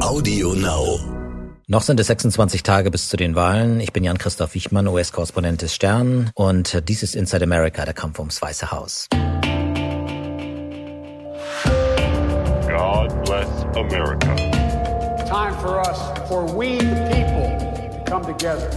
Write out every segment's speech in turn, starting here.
Audio Now. Noch sind es 26 Tage bis zu den Wahlen. Ich bin Jan-Christoph Wichmann, US-Korrespondent des Stern. Und dies ist Inside America, der Kampf ums Weiße Haus. God bless America. Time for us, for we the people, to come together.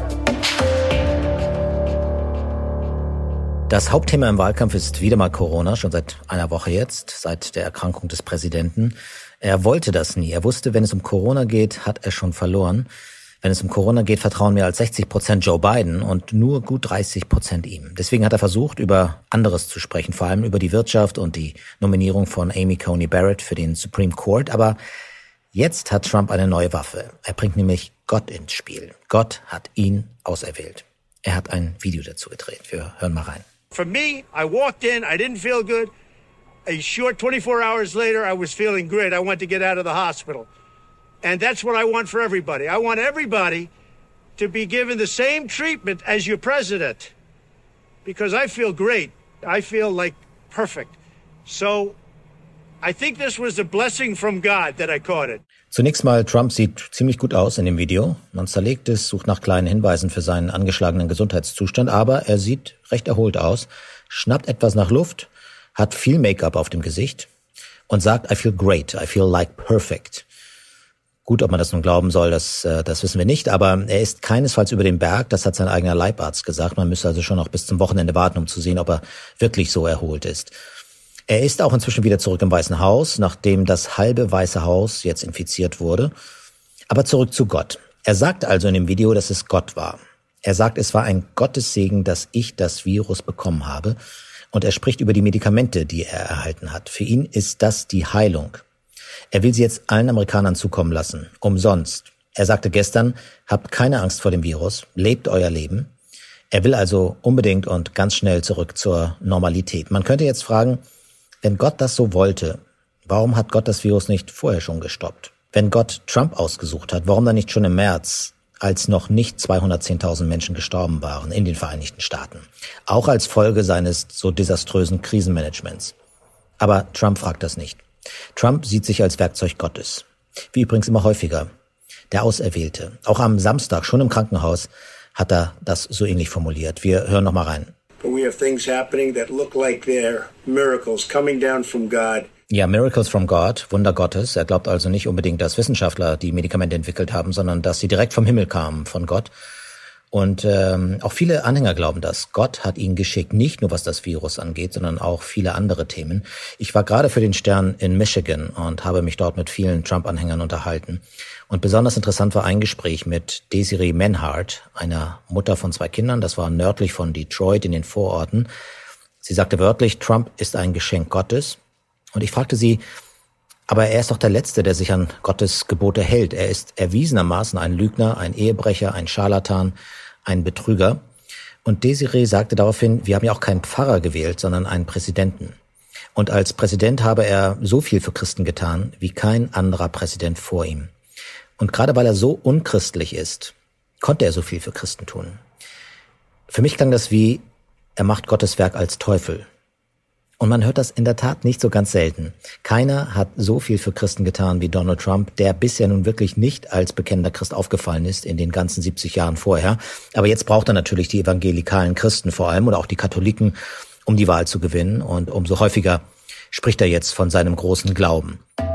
Das Hauptthema im Wahlkampf ist wieder mal Corona, schon seit einer Woche jetzt, seit der Erkrankung des Präsidenten. Er wollte das nie. Er wusste, wenn es um Corona geht, hat er schon verloren. Wenn es um Corona geht, vertrauen mehr als 60% Joe Biden und nur gut 30% ihm. Deswegen hat er versucht, über anderes zu sprechen, vor allem über die Wirtschaft und die Nominierung von Amy Coney Barrett für den Supreme Court. Aber jetzt hat Trump eine neue Waffe. Er bringt nämlich Gott ins Spiel. Gott hat ihn auserwählt. Er hat ein Video dazu gedreht. Wir hören mal rein. For me, I walked in, I didn't feel good. A short 24 hours later, I was feeling great. I wanted to get out of the hospital. And that's what I want for everybody. I want everybody to be given the same treatment as your president. Because I feel great. I feel like perfect. So I think this was a blessing from God that I caught it. Zunächst mal, Trump sieht ziemlich gut aus in dem Video. Man zerlegt es, sucht nach kleinen Hinweisen für seinen angeschlagenen Gesundheitszustand, aber er sieht recht erholt aus, schnappt etwas nach Luft, hat viel Make-up auf dem Gesicht und sagt, I feel great, I feel like perfect. Gut, ob man das nun glauben soll, das wissen wir nicht, aber er ist keinesfalls über den Berg, das hat sein eigener Leibarzt gesagt. Man müsste also schon noch bis zum Wochenende warten, um zu sehen, ob er wirklich so erholt ist. Er ist auch inzwischen wieder zurück im Weißen Haus, nachdem das halbe Weiße Haus jetzt infiziert wurde. Aber zurück zu Gott. Er sagt also in dem Video, dass es Gott war. Er sagt, es war ein Gottessegen, dass ich das Virus bekommen habe. Und er spricht über die Medikamente, die er erhalten hat. Für ihn ist das die Heilung. Er will sie jetzt allen Amerikanern zukommen lassen. Umsonst. Er sagte gestern, habt keine Angst vor dem Virus, lebt euer Leben. Er will also unbedingt und ganz schnell zurück zur Normalität. Man könnte jetzt fragen, wenn Gott das so wollte, warum hat Gott das Virus nicht vorher schon gestoppt? Wenn Gott Trump ausgesucht hat, warum dann nicht schon im März, als noch nicht 210.000 Menschen gestorben waren in den Vereinigten Staaten? Auch als Folge seines so desaströsen Krisenmanagements. Aber Trump fragt das nicht. Trump sieht sich als Werkzeug Gottes. Wie übrigens immer häufiger. Der Auserwählte. Auch am Samstag, schon im Krankenhaus, hat er das so ähnlich formuliert. Wir hören noch mal rein. But we have things happening that look like they're miracles coming down from God. Ja, Miracles from God, Wunder Gottes. Er glaubt also nicht unbedingt, dass Wissenschaftler die Medikamente entwickelt haben, sondern dass sie direkt vom Himmel kamen, von Gott. Und auch viele Anhänger glauben das. Gott hat ihn geschickt, nicht nur was das Virus angeht, sondern auch viele andere Themen. Ich war gerade für den Stern in Michigan und habe mich dort mit vielen Trump-Anhängern unterhalten. Und besonders interessant war ein Gespräch mit Desiree Menhardt, einer Mutter von 2 Kindern. Das war nördlich von Detroit in den Vororten. Sie sagte wörtlich, Trump ist ein Geschenk Gottes. Und ich fragte sie, aber er ist doch der Letzte, der sich an Gottes Gebote hält. Er ist erwiesenermaßen ein Lügner, ein Ehebrecher, ein Scharlatan, ein Betrüger. Und Desiree sagte daraufhin, wir haben ja auch keinen Pfarrer gewählt, sondern einen Präsidenten. Und als Präsident habe er so viel für Christen getan, wie kein anderer Präsident vor ihm. Und gerade weil er so unchristlich ist, konnte er so viel für Christen tun. Für mich klang das wie, er macht Gottes Werk als Teufel. Und man hört das in der Tat nicht so ganz selten. Keiner hat so viel für Christen getan wie Donald Trump, der bisher nun wirklich nicht als bekennender Christ aufgefallen ist in den ganzen 70 Jahren vorher. Aber jetzt braucht er natürlich die evangelikalen Christen vor allem oder auch die Katholiken, um die Wahl zu gewinnen. Und umso häufiger spricht er jetzt von seinem großen Glauben.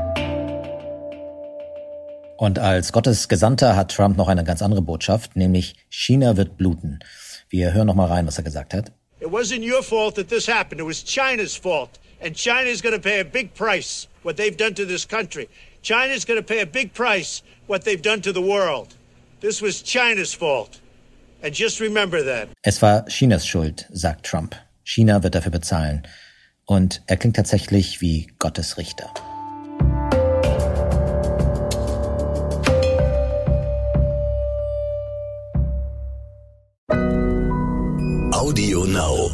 Und als Gottes Gesandter hat Trump noch eine ganz andere Botschaft, nämlich China wird bluten. Wir hören noch mal rein, was er gesagt hat. It wasn't your fault that this happened. It was China's fault. And China's going to pay a big price what they've done to this country. China's going to pay a big price what they've done to the world. This was China's fault. And just remember that. Es war Chinas Schuld, sagt Trump. China wird dafür bezahlen. Und er klingt tatsächlich wie Gottes Richter. Audio Now.